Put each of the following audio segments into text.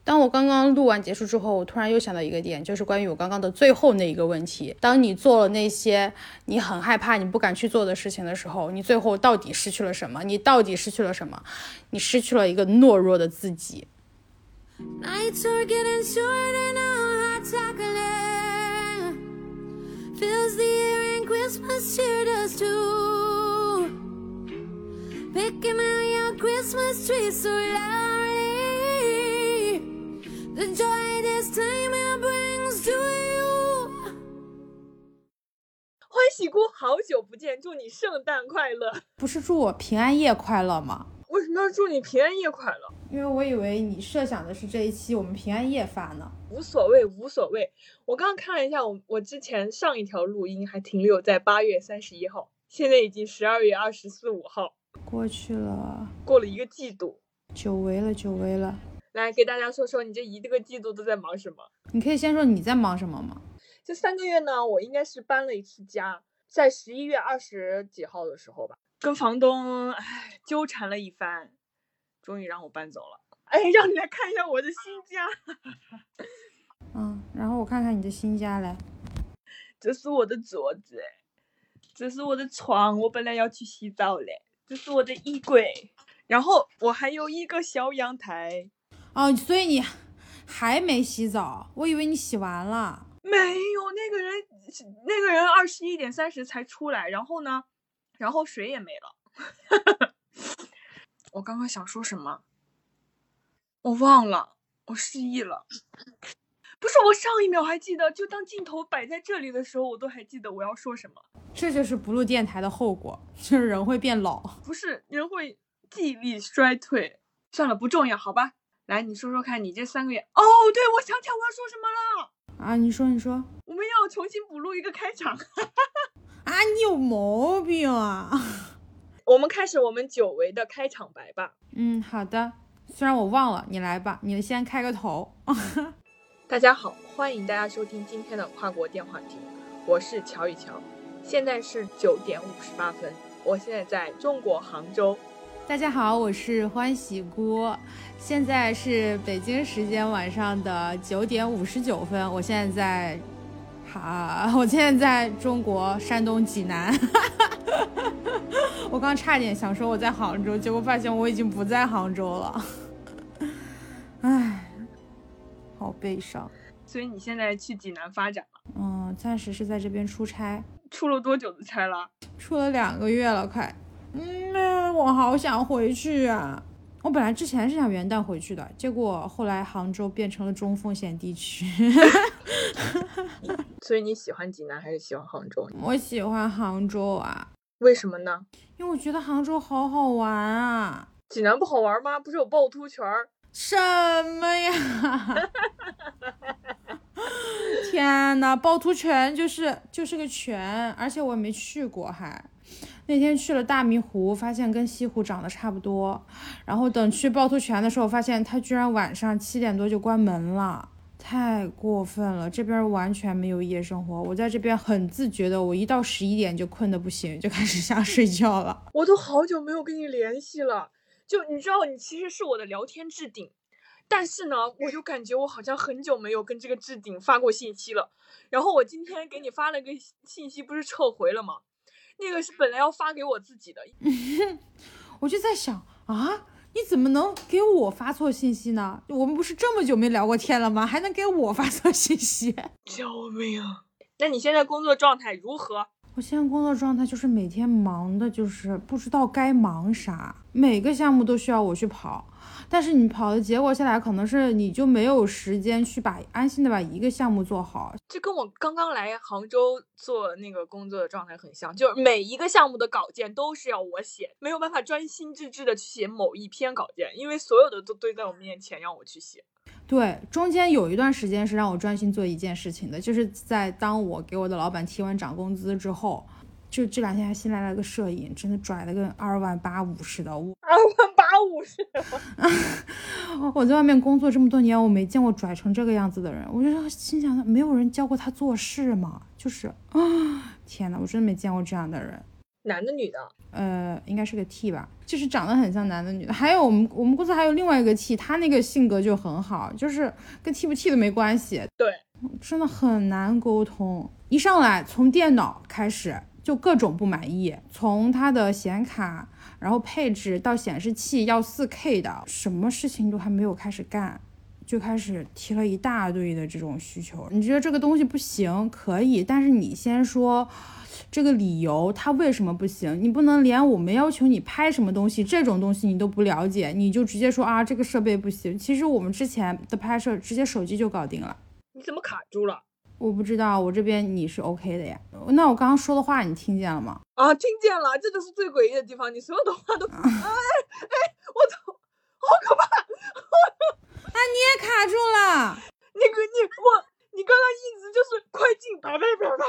当我刚刚录完结束之后，我突然又想到一个点，就是关于我刚刚的最后那一个问题。当你做了那些你很害怕、你不敢去做的事情的时候，你最后到底失去了什么？你到底失去了什么？你失去了一个懦弱的自己。Nights are getting shorter now, hot chocolate fills the air and Christmas cheer does too. Picking out your Christmas tree so loudly, the joy this time it brings to you. 欢喜姑，好久不见，祝你圣诞快乐。 不是祝我平安夜快乐吗？ 为什么要祝你平安夜快乐？ 因为我以为你设想的是这一期我们平安夜发呢。 无所谓，无所谓。我刚刚看了一下，我之前上一条录音还停留在8月31号，现在已经12月24、5号， 过去了， 过了一个季度， 久违了，久违了。来， 给大家说说你这一个季度都在忙什么？ 你可以先说你在忙什么吗？ 这3个月呢，我应该是搬了一次家，在11月20几号的时候吧，跟房东纠缠了一番，终于让我搬走了。让你来看一下我的新家。 然后我看看你的新家来。 这是我的桌子，这是我的床，我本来要去洗澡嘞。这是我的衣柜，然后我还有一个小阳台。 所以你还没洗澡？我以为你洗完了。 没有，那个人21点30才出来，然后呢，水也没了。我刚刚想说什么？我忘了，我失忆了。不是，我上一秒还记得，就当镜头摆在这里的时候，我都还记得我要说什么。 这就是不录电台的后果，就是人会变老。 不是，人会记忆力衰退。算了，不重要，好吧。来，你说说看，你这3个月。对，我想起来我要说什么了。 你说。 我们要重新补录一个开场。 你有毛病啊。 我们开始我们久违的开场白吧。 好的。虽然我忘了，你来吧，你先开个头。 大家好，欢迎大家收听今天的跨国电话亭，我是乔雨乔，现在是9点58分，我现在在中国杭州。 大家好，我是欢喜姑，现在是北京时间晚上的9点59分，我现在在中国山东济南。我刚差点想说我在杭州，结果发现我已经不在杭州了。好悲伤。 所以你现在去济南发展了？ 暂时是在这边出差。 出了多久的差了？ 出了2个月了，快。我好想回去啊！我本来之前是想元旦回去的，结果后来杭州变成了中风险地区。 所以你喜欢济南还是喜欢杭州？ 我喜欢杭州啊。 为什么呢？ 因为我觉得杭州好好玩啊。 济南不好玩吗？不是有趵突泉？ 什么呀？天哪，趵突泉就是个泉，而且我也没去过还。那天去了大迷湖，发现跟西湖长得差不多，然后等去趵突泉的时候，发现它居然晚上7点多就关门了，太过分了！这边完全没有夜生活，我在这边很自觉的，我一到11点就困得不行，就开始想睡觉了。 我都好久没有跟你联系了，就你知道你其实是我的聊天置顶，但是呢，我就感觉我好像很久没有跟这个置顶发过信息了。然后我今天给你发了个信息，不是撤回了吗？那个是本来要发给我自己的。 我就在想你怎么能给我发错信息呢？我们不是这么久没聊过天了吗？还能给我发错信息？ 救命啊！那你现在工作状态如何？ 我现在工作状态就是每天忙的就是不知道该忙啥，每个项目都需要我去跑，但是你跑的结果下来可能是你就没有时间去安心的把一个项目做好。 这跟我刚刚来杭州做那个工作的状态很像，就是每一个项目的稿件都是要我写，没有办法专心致志的去写某一篇稿件，因为所有的都堆在我面前让我去写。 对，中间有一段时间是让我专心做一件事情的，就是在当我给我的老板提完涨工资之后，就这2天还新来了个摄影，真的拽的跟2.85万似的。2.85 万是吗？我在外面工作这么多年，我没见过拽成这个样子的人。我就心想，没有人教过他做事吗？就是天哪，我真的没见过这样的人。 男的女的？ 应该是个 T 吧，就是长得很像男的女的。还有我们公司还有另外一个 T， 他那个性格就很好，就是跟 T 不 T 都没关系。 对， 真的很难沟通。一上来从电脑开始就各种不满意，从他的显卡，然后配置到显示器要 4K 的，什么事情都还没有开始干，就开始提了一大堆的这种需求。你觉得这个东西不行，可以，但是你先说这个理由，它为什么不行？你不能连我们要求你拍什么东西这种东西你都不了解，你就直接说啊这个设备不行。其实我们之前的拍摄直接手机就搞定了。 你怎么卡住了？ 我不知道，我这边你是 OK 的呀。那我刚刚说的话你听见了吗？ 啊，听见了，这就是最诡异的地方，你所有的话都，我操，好可怕！ 啊，你也卡住了。 你刚刚一直就是快进，啪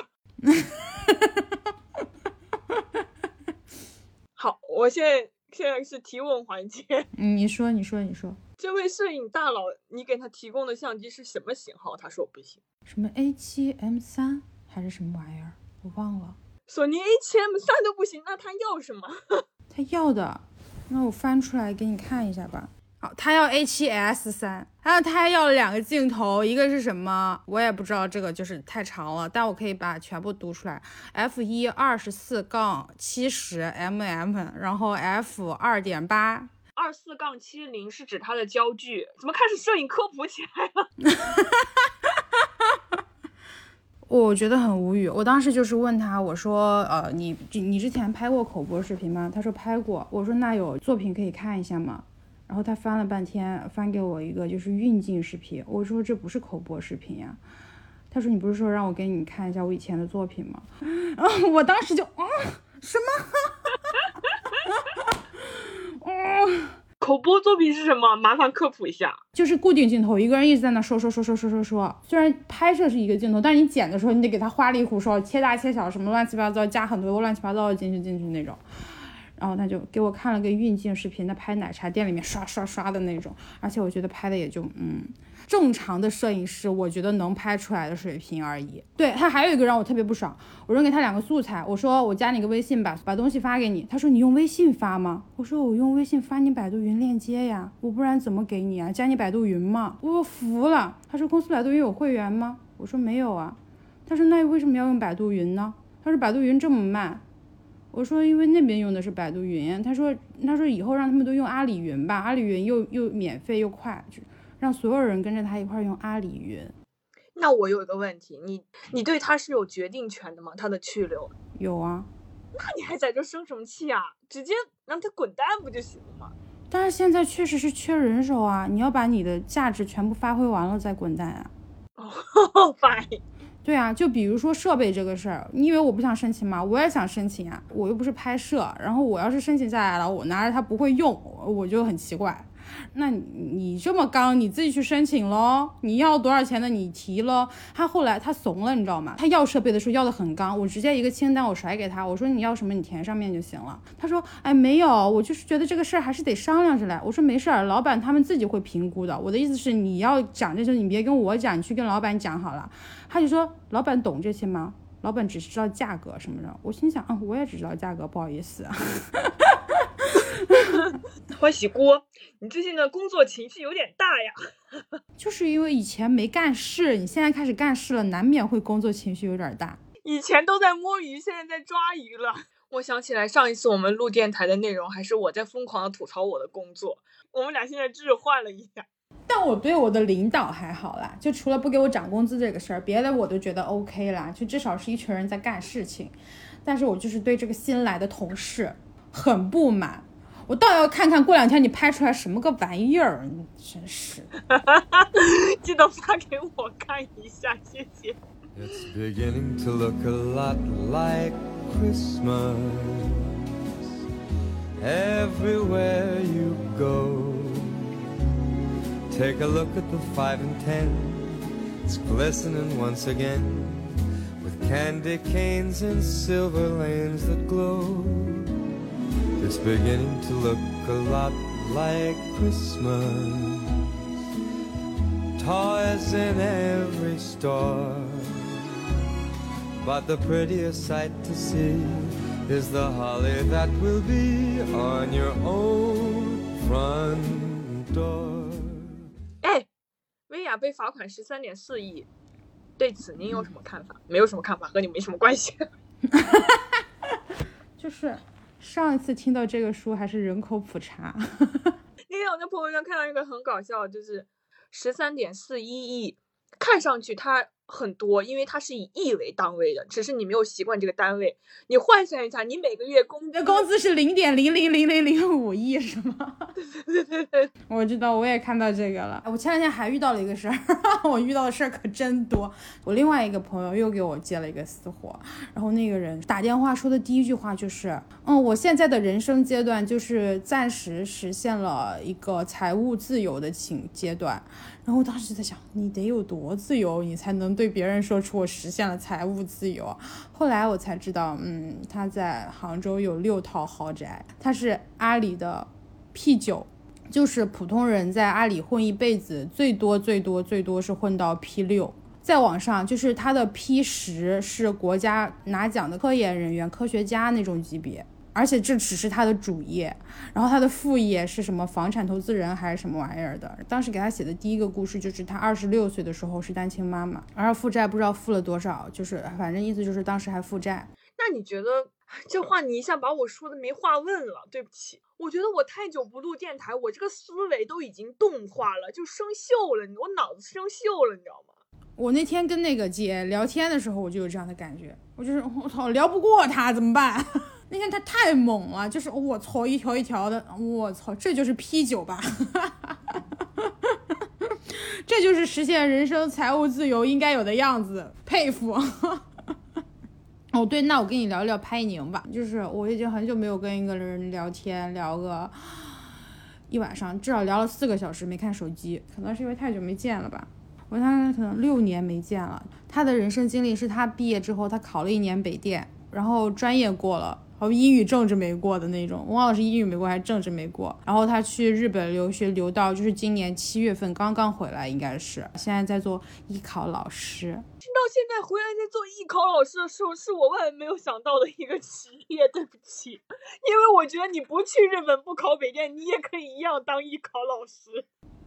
啪啪啪。好，我现在是提问环节。 你说。 这位摄影大佬，你给他提供的相机是什么型号？他说不行。 什么 A7M3 还是什么玩意儿，我忘了。 索尼 A7M3 都不行，那他要什么？ 他要的，那我翻出来给你看一下吧。好，他要 A7S3，还有他还要了2个镜头，一个是什么我也不知道，这个就是太长了，但我可以把全部读出来。F1 24-70mm， 然后 F2.8。 24-70是指它的焦距，怎么开始摄影科普起来了？ 我觉得很无语。我当时就是问他，我说你之前拍过口播视频吗？他说拍过。我说那有作品可以看一下吗？然后他翻了半天，翻给我一个就是运镜视频。我说这不是口播视频呀。他说你不是说让我给你看一下我以前的作品吗？我当时就什么？ 口播作品是什么？麻烦科普一下。 就是固定镜头，一个人一直在那说。虽然拍摄是一个镜头，但是你剪的时候你得给他花里胡哨，切大切小，什么乱七八糟，加很多乱七八糟的进去那种。然后他就给我看了个运镜视频，他拍奶茶店里面刷的那种，而且我觉得拍的也就正常的摄影师我觉得能拍出来的水平而已。对，他还有一个让我特别不爽，我扔给他2个素材，我说我加你个微信吧，把东西发给你。他说你用微信发吗？我说我用微信发你百度云链接呀，我不然怎么给你啊？加你百度云吗？我服了。他说公司百度云有会员吗？我说没有啊。他说那为什么要用百度云呢？他说百度云这么慢。我说因为那边用的是百度云。他说以后让他们都用阿里云吧，阿里云又免费又快，让所有人跟着他一块用阿里云。 那我有一个问题，你对他是有决定权的吗？他的去留？ 有啊。 那你还在这生什么气啊？直接让他滚蛋不就行了吗？ 但是现在确实是缺人手啊，你要把你的价值全部发挥完了再滚蛋啊。 fine。 对啊，就比如说设备这个事儿，你以为我不想申请吗？我也想申请啊，我又不是拍摄，然后我要是申请下来了，我拿着它不会用，我就很奇怪。那你这么刚，你自己去申请咯，你要多少钱的你提咯。他后来他怂了，你知道吗？他要设备的时候要的很刚，我直接一个清单我甩给他，我说你要什么你填上面就行了。他说哎没有，我就是觉得这个事儿还是得商量着来。我说没事儿，老板他们自己会评估的。我的意思是你要讲这些你别跟我讲，你去跟老板讲好了。他就说老板懂这些吗？老板只知道价格什么的。我心想我也只知道价格，不好意思。 欢喜锅，你最近的工作情绪有点大呀。 就是因为以前没干事，你现在开始干事了，难免会工作情绪有点大。 以前都在摸鱼，现在在抓鱼了。我想起来上一次我们录电台的内容，还是我在疯狂的吐槽我的工作。我们俩现在置换了一下。 但我对我的领导还好啦，就除了不给我涨工资这个事儿，别的我都觉得 OK 啦，就至少是一群人在干事情。但是我就是对这个新来的同事很不满，我倒要看看过2天你拍出来什么个玩意儿，真是。 记得发给我看一下，谢谢。 It's beginning to look a lot like Christmas everywhere you go. Take a look at the 5 and 10. It's glistening once again with candy canes and silver lanes that glow. It's beginning to look a lot like Christmas. Toys in every store, but the prettiest sight to see is the holly that will be on your own front door。 哎，薇娅被罚款13.4亿，对此您有什么看法？没有什么看法，和你没什么关系。 就是上一次听到这个书还是人口普查。 那天我在朋友圈看到一个很搞笑，就是13.41亿，看上去它很多，因为它是以亿为单位的，只是你没有习惯这个单位。你换算一下，你每个月你的工资是0.000005亿是吗？ 对， 我知道，我也看到这个了。我前两天还遇到了一个事儿，我遇到的事儿可真多。我另外一个朋友又给我接了一个私活，然后那个人打电话说的第一句话就是我现在的人生阶段就是暂时实现了一个财务自由的阶段。然后我当时在想，你得有多自由，你才能对别人说出我实现了财务自由。后来我才知道，他在杭州有6套豪宅，他是阿里的 P9， 就是普通人在阿里混一辈子，最多是混到 P6。再往上就是他的 P10 是国家拿奖的科研人员、科学家那种级别。而且这只是他的主业，然后他的副业是什么房产投资人还是什么玩意儿的。当时给他写的第一个故事就是他26岁的时候是单亲妈妈，而负债不知道负了多少，就是反正意思就是当时还负债。 那你觉得这话你一下把我说的没话问了，对不起。我觉得我太久不录电台，我这个思维都已经动化了，就生锈了，我脑子生锈了，你知道吗？ 我那天跟那个姐聊天的时候，我就有这样的感觉，我就是我操，聊不过他怎么办？那天他太猛了，就是我操，一条一条的，我操，这就是 P9 吧？这就是实现人生财务自由应该有的样子，佩服。哦，对，那我跟你聊聊拍宁吧。就是我已经很久没有跟一个人聊天，聊个一晚上，至少聊了4个小时，没看手机，可能是因为太久没见了吧。我跟他可能6年没见了。他的人生经历是他毕业之后，他考了1年北电，然后专业过了。英语政治没过的那种，我忘了是英语没过还是政治没过。然后他去日本留学，留到就是今年7月份刚刚回来，应该是现在在做艺考老师。 听到现在回来在做艺考老师的时候，是我万万没有想到的一个职业，对不起，因为我觉得你不去日本不考北电，你也可以一样当艺考老师。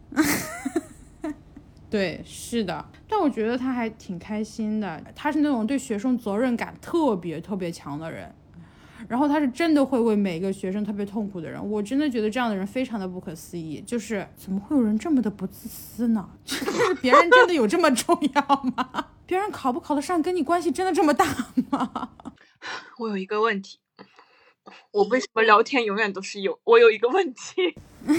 对，是的，但我觉得他还挺开心的，他是那种对学生责任感特别强的人。然后他是真的会为每个学生特别痛苦的人，我真的觉得这样的人非常的不可思议，就是怎么会有人这么的不自私呢？就是别人真的有这么重要吗？别人考不考得上跟你关系真的这么大吗？ 我有一个问题，我为什么聊天永远都是我有一个问题。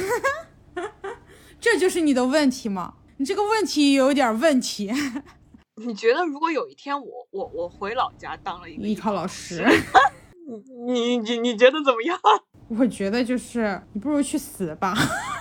这就是你的问题吗？你这个问题有点问题。 你觉得如果有一天我回老家当了一个艺考老师， 你觉得怎么样？ 我觉得就是你不如去死吧。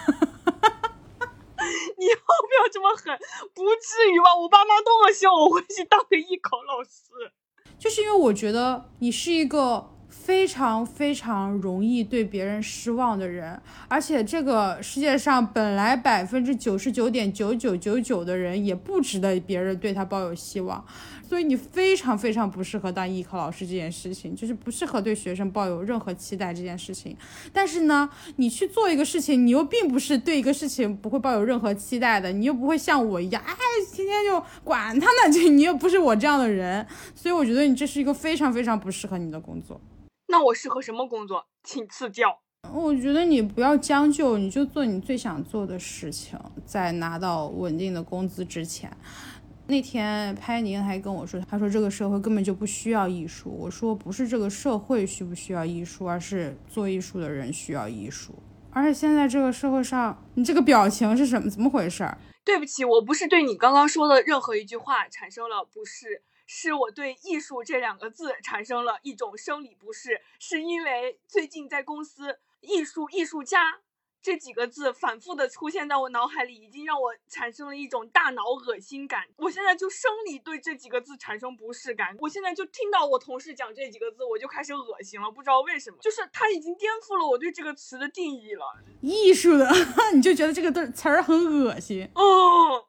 你要不要这么狠？不至于吧，我爸妈多么希望我回去当个艺考老师。 就是因为我觉得你是一个非常容易对别人失望的人，而且这个世界上本来99.9999%的人也不值得别人对他抱有希望，所以你非常不适合当艺考老师这件事情，就是不适合对学生抱有任何期待这件事情。但是呢，你去做一个事情，你又并不是对一个事情不会抱有任何期待的，你又不会像我一样，天天就管他呢，你又不是我这样的人，所以我觉得你这是一个非常不适合你的工作。 那我适合什么工作？请赐教。 我觉得你不要将就，你就做你最想做的事情，在拿到稳定的工资之前。那天拍宁还跟我说，他说这个社会根本就不需要艺术。我说不是这个社会需不需要艺术，而是做艺术的人需要艺术。而且现在这个社会上，你这个表情是什么？怎么回事？ 对不起，我不是对你刚刚说的任何一句话产生了不适，是我对艺术这2个字产生了一种生理不适，是因为最近在公司艺术家这几个字反复的出现在我脑海里，已经让我产生了一种大脑恶心感。我现在就生理对这几个字产生不适感，我现在就听到我同事讲这几个字我就开始恶心了，不知道为什么，就是它已经颠覆了我对这个词的定义了。 艺术的你就觉得这个词儿很恶心？ 就我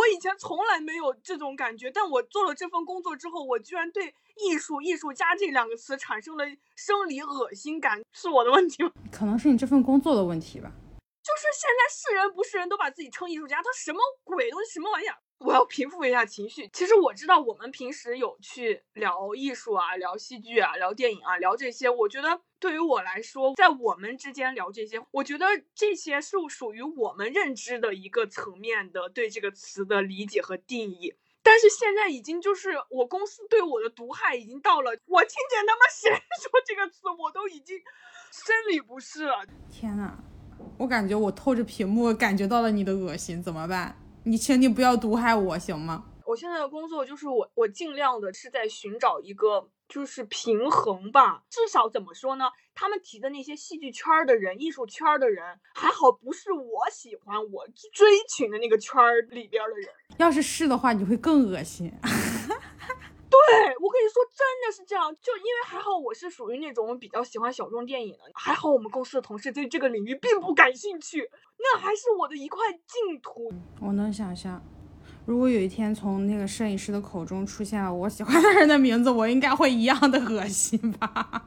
我以前从来没有这种感觉，但我做了这份工作之后，我居然对艺术家这两个词产生了生理恶心感，是我的问题吗？ 可能是你这份工作的问题吧。 就是现在是人不是人都把自己称艺术家，他什么鬼东西，什么玩意儿？我要平复一下情绪。其实我知道我们平时有去聊艺术啊，聊戏剧啊，聊电影啊，聊这些，我觉得对于我来说，在我们之间聊这些，我觉得这些是属于我们认知的一个层面的对这个词的理解和定义。但是现在已经就是我公司对我的毒害已经到了，我听见他妈谁说这个词我都已经生理不适了。 天哪，我感觉我透着屏幕感觉到了你的恶心，怎么办？你请你不要毒害我行吗？ 我现在的工作就是我尽量的是在寻找一个就是平衡吧，至少怎么说呢，他们提的那些戏剧圈的人，艺术圈的人，还好不是我喜欢我追寻的那个圈里边的人。 要是的话你会更恶心。 对，我跟你说真的是这样，就因为还好我是属于那种比较喜欢小众电影的，还好我们公司的同事对这个领域并不感兴趣，那还是我的一块净土。 我能想象，如果有一天从那个摄影师的口中出现了我喜欢的人的名字，我应该会一样的恶心吧。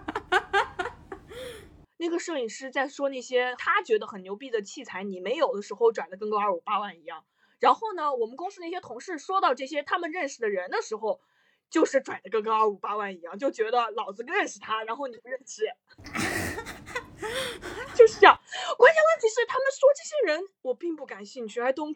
那个摄影师在说那些他觉得很牛逼的器材你没有的时候，拽的跟个258万一样。然后呢，我们公司那些同事说到这些他们认识的人的时候，就是拽的跟个258万一样，就觉得老子认识他，然后你不认识。就是这样。关键问题是他们说这些人我并不感兴趣， I don't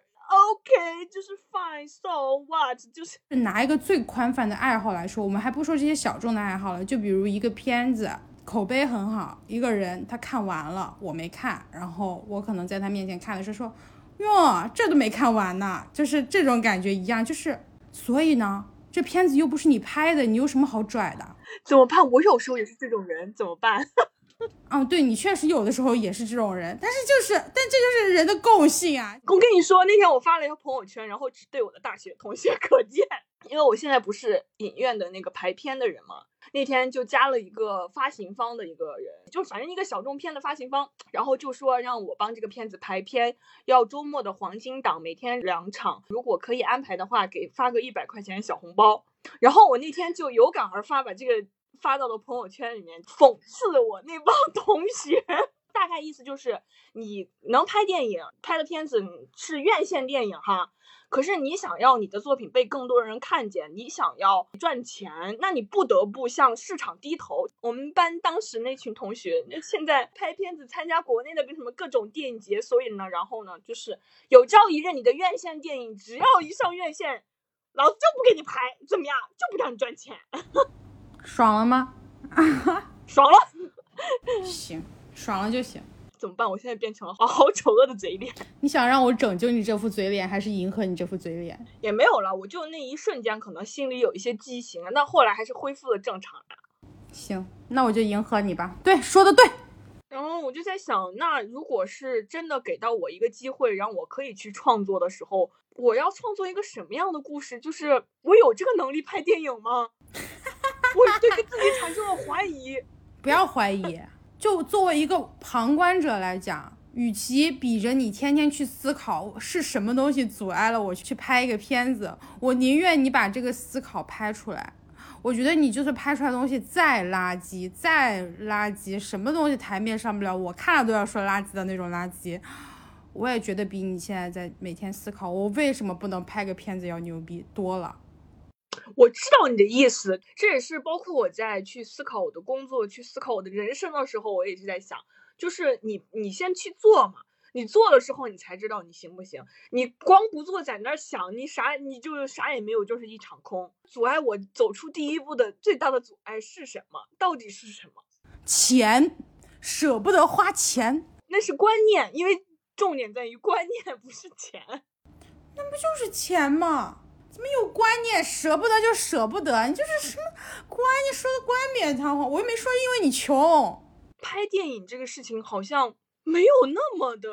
care。OK， 就是 fine， so what， 就是拿一个最宽泛的爱好来说，我们还不说这些小众的爱好了，就比如一个片子口碑很好，一个人他看完了我没看，然后我可能在他面前看的是说哟这都没看完呢，就是这种感觉一样，就是所以呢这片子又不是你拍的，你有什么好拽的？ 怎么办？我有时候也是这种人，怎么办？ 对，你确实有的时候也是这种人，但这就是人的共性啊。 我跟你说，那天我发了一条朋友圈，然后只对我的大学同学可见，因为我现在不是影院的那个排片的人嘛，那天就加了一个发行方的一个人，就反正一个小众片的发行方，然后就说让我帮这个片子排片，要周末的黄金档，每天2场，如果可以安排的话，给发个100块钱小红包。然后我那天就有感而发，把这个发到了朋友圈里面，讽刺我那帮同学。大概意思就是你能拍电影，拍的片子是院线电影哈，可是你想要你的作品被更多人看见，你想要赚钱，那你不得不向市场低头。我们班当时那群同学现在拍片子参加国内的什么各种电影节，所以呢，然后呢就是有朝一日你的院线电影只要一上院线，老子就不给你拍，怎么样，就不让你赚钱。 爽了吗？ 爽了。 行，爽了就行。 怎么办？我现在变成了好丑恶的嘴脸。 你想让我拯救你这副嘴脸，还是迎合你这副嘴脸？ 也没有了，我就那一瞬间可能心里有一些畸形，但后来还是恢复了正常的。 行，那我就迎合你吧。对，说的对。 然后我就在想，那如果是真的给到我一个机会，让我可以去创作的时候，我要创作一个什么样的故事？就是我有这个能力拍电影吗？我对自己产生了怀疑。 不要怀疑，就作为一个旁观者来讲，与其比着你天天去思考是什么东西阻碍了我去拍一个片子，我宁愿你把这个思考拍出来。我觉得你就是拍出来的东西再垃圾，什么东西台面上不了，我看了都要说垃圾的那种垃圾，我也觉得比你现在在每天思考我为什么不能拍个片子要牛逼多了。 我知道你的意思，这也是包括我在去思考我的工作，去思考我的人生的时候，我也是在想，就是你先去做嘛，你做了之后你才知道你行不行，你光不做在那儿想，你就啥也没有，就是一场空。阻碍我走出第一步的最大的阻碍是什么？到底是什么？ 钱，舍不得花钱。 那是观念，因为重点在于观念，不是钱。 那不就是钱吗？怎么有观念，舍不得就舍不得，你就是什么观念说的冠冕堂皇，我又没说因为你穷。 拍电影这个事情好像没有那么的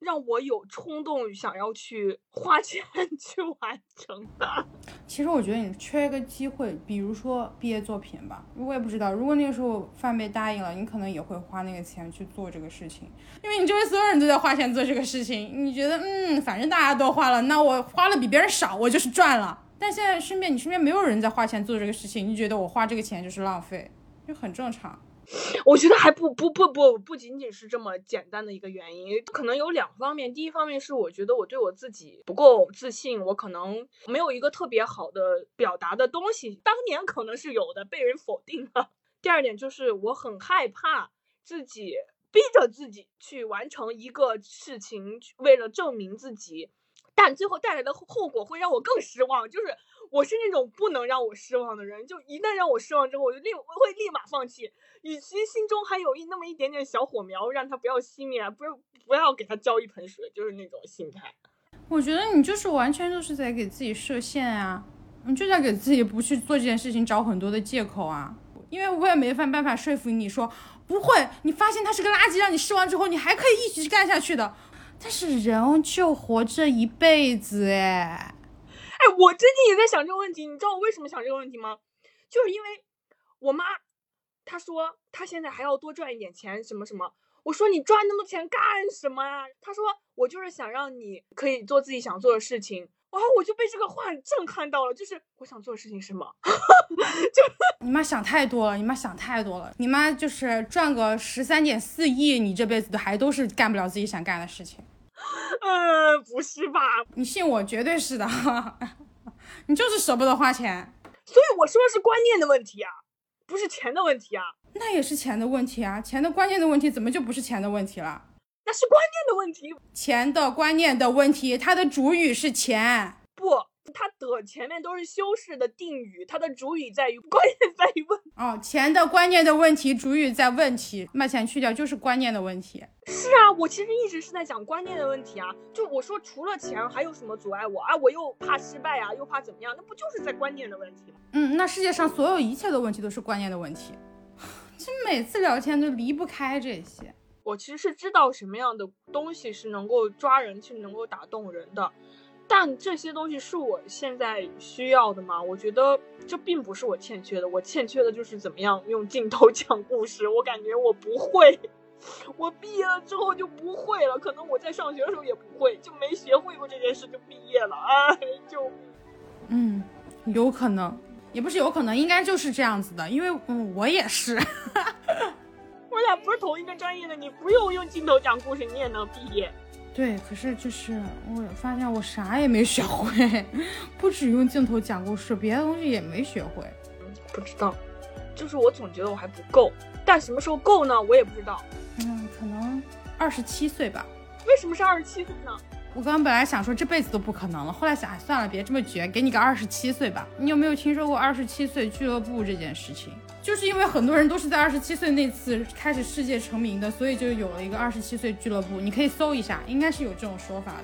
让我有冲动想要去花钱去完成的。 其实我觉得你缺一个机会，比如说毕业作品吧，我也不知道，如果那个时候范贝答应了，你可能也会花那个钱去做这个事情，因为你周围所有人都在花钱做这个事情，你觉得反正大家都花了，那我花了比别人少，我就是赚了。但现在你身边没有人在花钱做这个事情，你觉得我花这个钱就是浪费，就很正常。 我觉得还不仅仅是这么简单的一个原因，可能有2方面。第一方面是我觉得我对我自己不够自信，我可能没有一个特别好的表达的东西，当年可能是有的，被人否定了。第二点就是我很害怕自己逼着自己去完成一个事情，为了证明自己，但最后带来的后果会让我更失望。就是我是那种不能让我失望的人，就一旦让我失望之后，我会立马放弃。与其心中还有那么一点点小火苗，让它不要熄灭，不要给它浇一盆水，就是那种心态。 我觉得你就是完全都是在给自己设限啊，你就在给自己不去做这件事情找很多的借口啊。因为我也没办法说服你说不会，你发现它是个垃圾让你失望之后，你还可以一直干下去的。但是人就活这一辈子哎， 我最近也在想这个问题，你知道我为什么想这个问题吗？就是因为我妈她说她现在还要多赚一点钱什么什么，我说你赚那么多钱干什么啊？她说我就是想让你可以做自己想做的事情。然后我就被这个话震撼到了，就是我想做的事情是什么？ 你妈想太多了，你妈就是赚个13.4亿，你这辈子都是干不了自己想干的事情。 不是吧？ 你信我，绝对是的。你就是舍不得花钱， 所以我说的是观念的问题啊，不是钱的问题啊。 那也是钱的问题啊，钱的观念的问题怎么就不是钱的问题了？ 那是观念的问题， 钱的观念的问题，它的主语是钱。 不，它的前面都是修饰的定语，它的主语在于，关键在于问。 钱的观念的问题，主语在问题，把钱去掉就是观念的问题。 是啊，我其实一直是在讲观念的问题啊。就我说除了钱还有什么阻碍我啊？我又怕失败啊，又怕怎么样？那不就是在观念的问题吗？ 那世界上所有一切的问题都是观念的问题。这每次聊天都离不开这些。 我其实是知道什么样的东西是能够抓人，是能够打动人的，但这些东西是我现在需要的吗？我觉得这并不是我欠缺的，我欠缺的就是怎么样用镜头讲故事。我感觉我不会，我毕业了之后就不会了，可能我在上学的时候也不会，就没学会过这件事就毕业了。救命！ 有可能，也不是有可能，应该就是这样子的，因为我也是。 我俩不是同一个专业的，你不用镜头讲故事，你也能毕业。 对，可是就是我发现我啥也没学会，不只用镜头讲故事，别的东西也没学会。 不知道，就是我总觉得我还不够，但什么时候够呢？我也不知道。 可能27岁吧。 为什么是27岁呢？ 我刚刚本来想说这辈子都不可能了，后来想算了，别这么绝，给你个27岁吧。你有没有听说过27岁俱乐部这件事情？就是因为很多人都是在27岁那次开始世界成名的，所以就有了一个27岁俱乐部。你可以搜一下，应该是有这种说法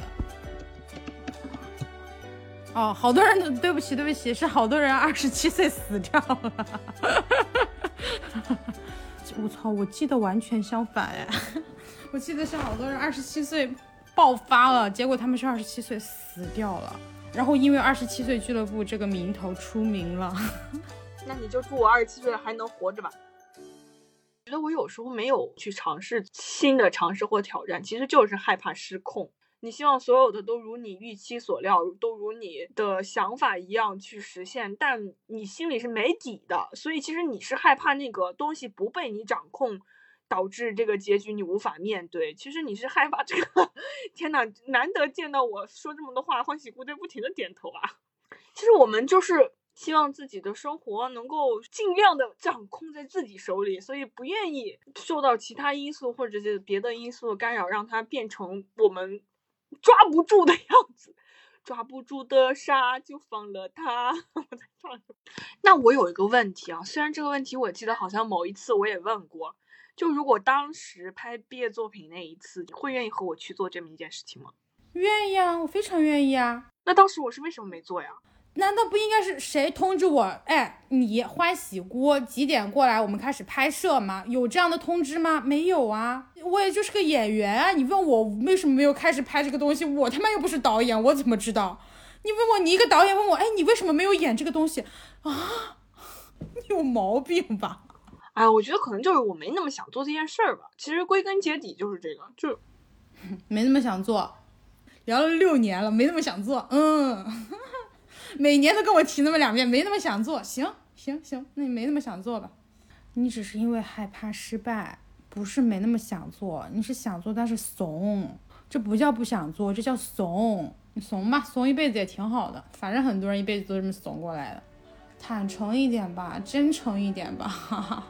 的。好多人对不起，是好多人27岁死掉了。我操，我记得完全相反哎，我记得是好多人27岁爆发了，结果他们是27岁死掉了，然后因为27岁俱乐部这个名头出名了。 那你就祝我27岁还能活着吧。觉得我有时候没有去尝试新的尝试或挑战，其实就是害怕失控。你希望所有的都如你预期所料，都如你的想法一样去实现，但你心里是没底的，所以其实你是害怕那个东西不被你掌控，导致这个结局你无法面对。其实你是害怕这个天哪，难得见到我说这么多话，欢喜姑对不停的点头啊。其实我们就是希望自己的生活能够尽量的掌控在自己手里，所以不愿意受到其他因素或者是别的因素的干扰，让它变成我们抓不住的样子。抓不住的沙就放了它。那我有一个问题啊，虽然这个问题我记得好像某一次我也问过，就如果当时拍毕业作品那一次，你会愿意和我去做这么一件事情吗？ 愿意啊，我非常愿意啊。 那当时我是为什么没做呀？ 难道不应该是谁通知我？哎，你欢喜锅几点过来？我们开始拍摄吗？有这样的通知吗？没有啊，我也就是个演员啊。你问我为什么没有开始拍这个东西？我他妈又不是导演，我怎么知道？你问我，你一个导演问我，哎，你为什么没有演这个东西啊？你有毛病吧？ 哎，我觉得可能就是我没那么想做这件事儿吧。其实归根结底就是这个，就没那么想做。聊了6年了，没那么想做。每年都跟我提那么2遍，没那么想做。行，那你没那么想做吧。你只是因为害怕失败，不是没那么想做，你是想做但是怂。这不叫不想做，这叫怂。你怂吧，怂一辈子也挺好的，反正很多人一辈子都这么怂过来的。坦诚一点吧，真诚一点吧。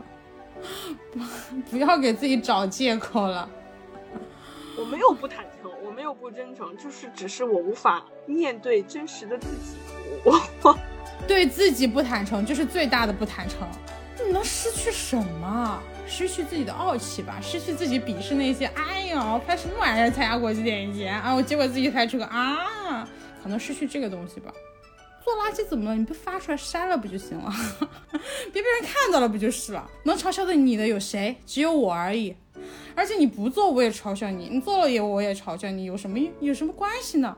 不要给自己找借口了。 我没有不坦诚，我没有不真诚，就是只是我无法面对真实的自己。我对自己不坦诚，就是最大的不坦诚。你能失去什么？失去自己的傲气吧，失去自己鄙视那些哎呦拍什么玩意儿参加国际电影节啊，我结果自己拍出个啊，可能失去这个东西吧。做垃圾怎么了？你不发出来删了不就行了？别被人看到了不就是了？能嘲笑的你的有谁？只有我而已。而且你不做我也嘲笑你，你做了我也嘲笑你，有什么关系呢？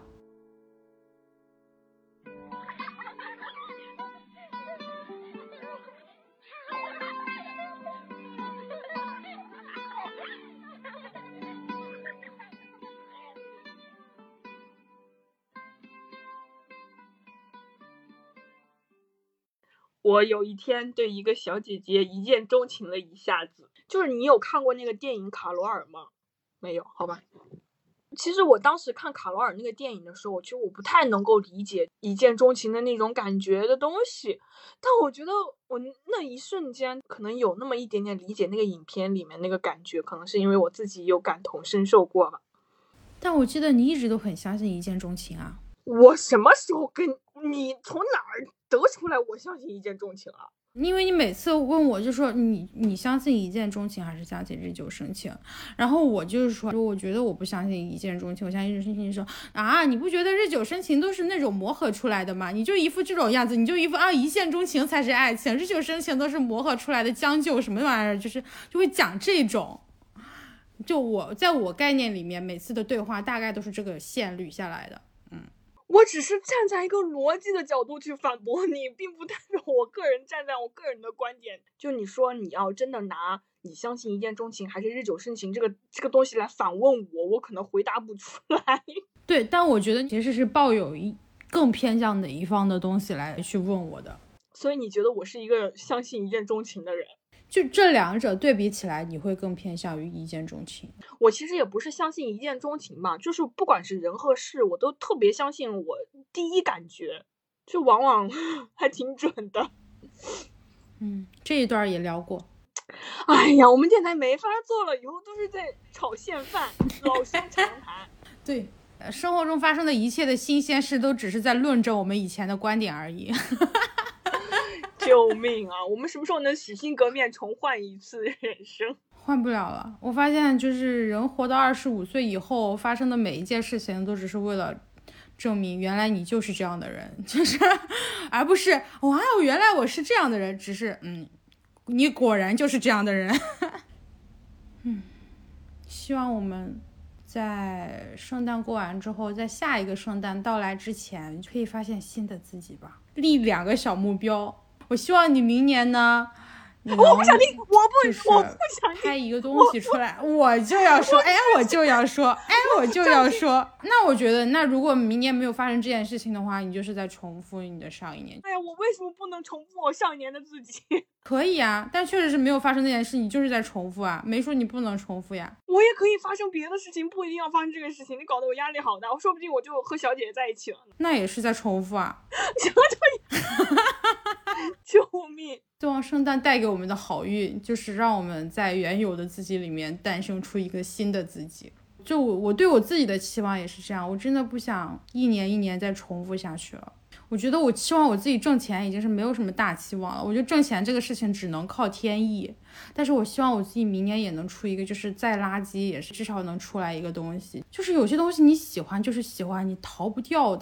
我有一天对一个小姐姐一见钟情了一下子。就是你有看过那个电影《卡罗尔》吗？没有，好吧。其实我当时看卡罗尔那个电影的时候，其实我不太能够理解一见钟情的那种感觉的东西，但我觉得我那一瞬间可能有那么一点点理解那个影片里面那个感觉，可能是因为我自己有感同身受过吧。 但我记得你一直都很相信一见钟情啊。 我什么时候跟你从哪儿得出来我相信一见钟情啊？ 因为你每次问我就说你相信一见钟情还是相信日久生情，然后我就是说我觉得我不相信一见钟情，我相信日久生情。说啊，你不觉得日久生情都是那种磨合出来的吗？你就一副这种样子，你就一副一见钟情才是爱情，日久生情都是磨合出来的将就什么玩意儿，就会讲这种。就我在我概念里面，每次的对话大概都是这个线捋下来的。 我只是站在一个逻辑的角度去反驳你，并不代表我个人站在我个人的观点。就你说你要真的拿你相信一见钟情还是日久生情这个东西来反问我可能回答不出来。 对，但我觉得其实是抱有更偏向哪一方的东西来去问我的。 所以你觉得我是一个相信一见钟情的人？ 就这两者对比起来，你会更偏向于一见钟情。 我其实也不是相信一见钟情吧，就是不管是人和事，我都特别相信我第一感觉，就往往还挺准的。 这一段也聊过。 哎呀，我们电台没法做了，以后都是在炒现饭，老生常谈。 对，生活中发生的一切的新鲜事，都只是在论证我们以前的观点而已。 救命啊！我们什么时候能洗心革面，重换一次人生？ 换不了了。我发现，就是人活到25岁以后，发生的每一件事情，都只是为了证明原来你就是这样的人，就是而不是哇哦，原来我是这样的人，只是你果然就是这样的人。希望我们在圣诞过完之后，在下一个圣诞到来之前，可以发现新的自己吧。立2个小目标。我希望你明年呢， 我不想听，我不想听， 拍一个东西出来，我就要说，我就要说，那我觉得，那如果明年没有发生这件事情的话，你就是在重复你的上一年。 哎呀，我为什么不能重复我上一年的自己？ 可以啊，但确实是没有发生那件事，你就是在重复啊，没说你不能重复呀。 我也可以发生别的事情，不一定要发生这个事情。你搞得我压力好大，说不定我就和小姐姐在一起了。 那也是在重复啊。 救命！ 希望圣诞带给我们的好运，就是让我们在原有的自己里面诞生出一个新的自己。就我对我自己的期望也是这样，我真的不想一年一年再重复下去了。我觉得我期望我自己挣钱已经是没有什么大期望了，我觉得挣钱这个事情只能靠天意。但是我希望我自己明年也能出一个，就是再垃圾也是至少能出来一个东西。就是有些东西你喜欢就是喜欢，你逃不掉的，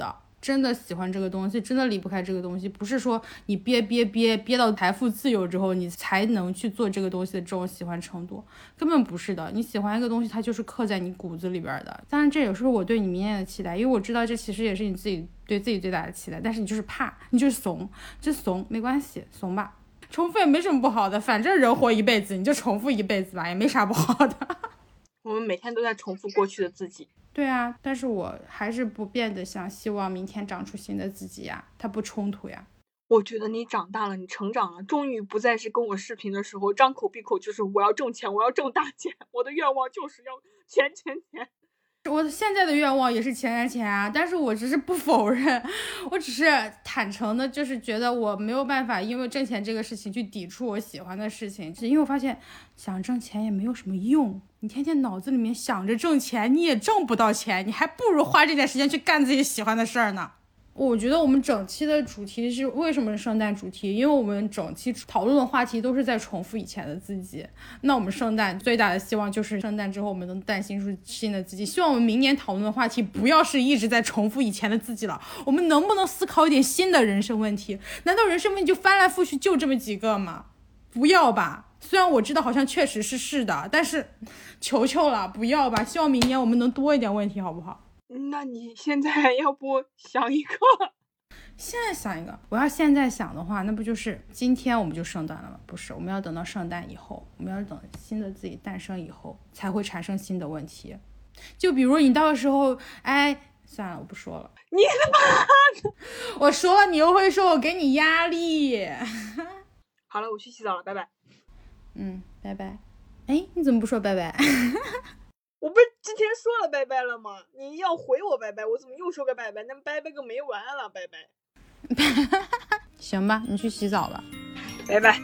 真的喜欢这个东西，真的离不开这个东西，不是说你憋到财富自由之后你才能去做这个东西的这种喜欢程度，根本不是的。你喜欢一个东西，它就是刻在你骨子里边的。当然这也是我对你明年的期待，因为我知道这其实也是你自己对自己最大的期待，但是你就是怕，你就是怂，就怂没关系，怂吧，重复也没什么不好的，反正人活一辈子，你就重复一辈子吧，也没啥不好的。 我们每天都在重复过去的自己。 对啊，但是我还是不变的想希望明天长出新的自己呀，它不冲突呀。 我觉得你长大了，你成长了，终于不再是跟我视频的时候张口闭口就是我要挣钱，我要挣大钱，我的愿望就是要钱。 我现在的愿望也是钱啊，但是我只是不否认，我只是坦诚的，就是觉得我没有办法因为挣钱这个事情去抵触我喜欢的事情，因为我发现想挣钱也没有什么用，你天天脑子里面想着挣钱，你也挣不到钱，你还不如花这点时间去干自己喜欢的事儿呢。我觉得我们整期的主题是为什么是圣诞主题，因为我们整期讨论的话题都是在重复以前的自己，那我们圣诞最大的希望就是圣诞之后我们能诞生出新的自己，希望我们明年讨论的话题不要是一直在重复以前的自己了，我们能不能思考一点新的人生问题？难道人生问题就翻来覆去就这么几个吗？不要吧，虽然我知道好像确实是的，但是求求了，不要吧，希望明年我们能多一点问题好不好？ 那你现在要不想一个？ 现在想一个，我要现在想的话，那不就是今天我们就圣诞了吗？不是，我们要等到圣诞以后，我们要等新的自己诞生以后才会产生新的问题。就比如你到时候，哎，算了，我不说了。 你他妈的！ 我说了你又会说我给你压力。 好了，我去洗澡了，拜拜。 拜拜。哎，你怎么不说拜拜？ 我不是之前说了拜拜了吗？你要回我拜拜，我怎么又说个拜拜？那拜拜个没完了，拜拜。 行吧，你去洗澡吧。 拜拜。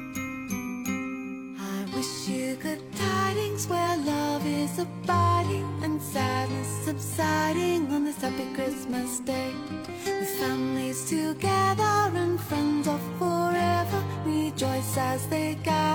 I wish you good tidings where love is abiding and sadness subsiding on this happy Christmas day. With families together and friends of forever rejoice as they gather.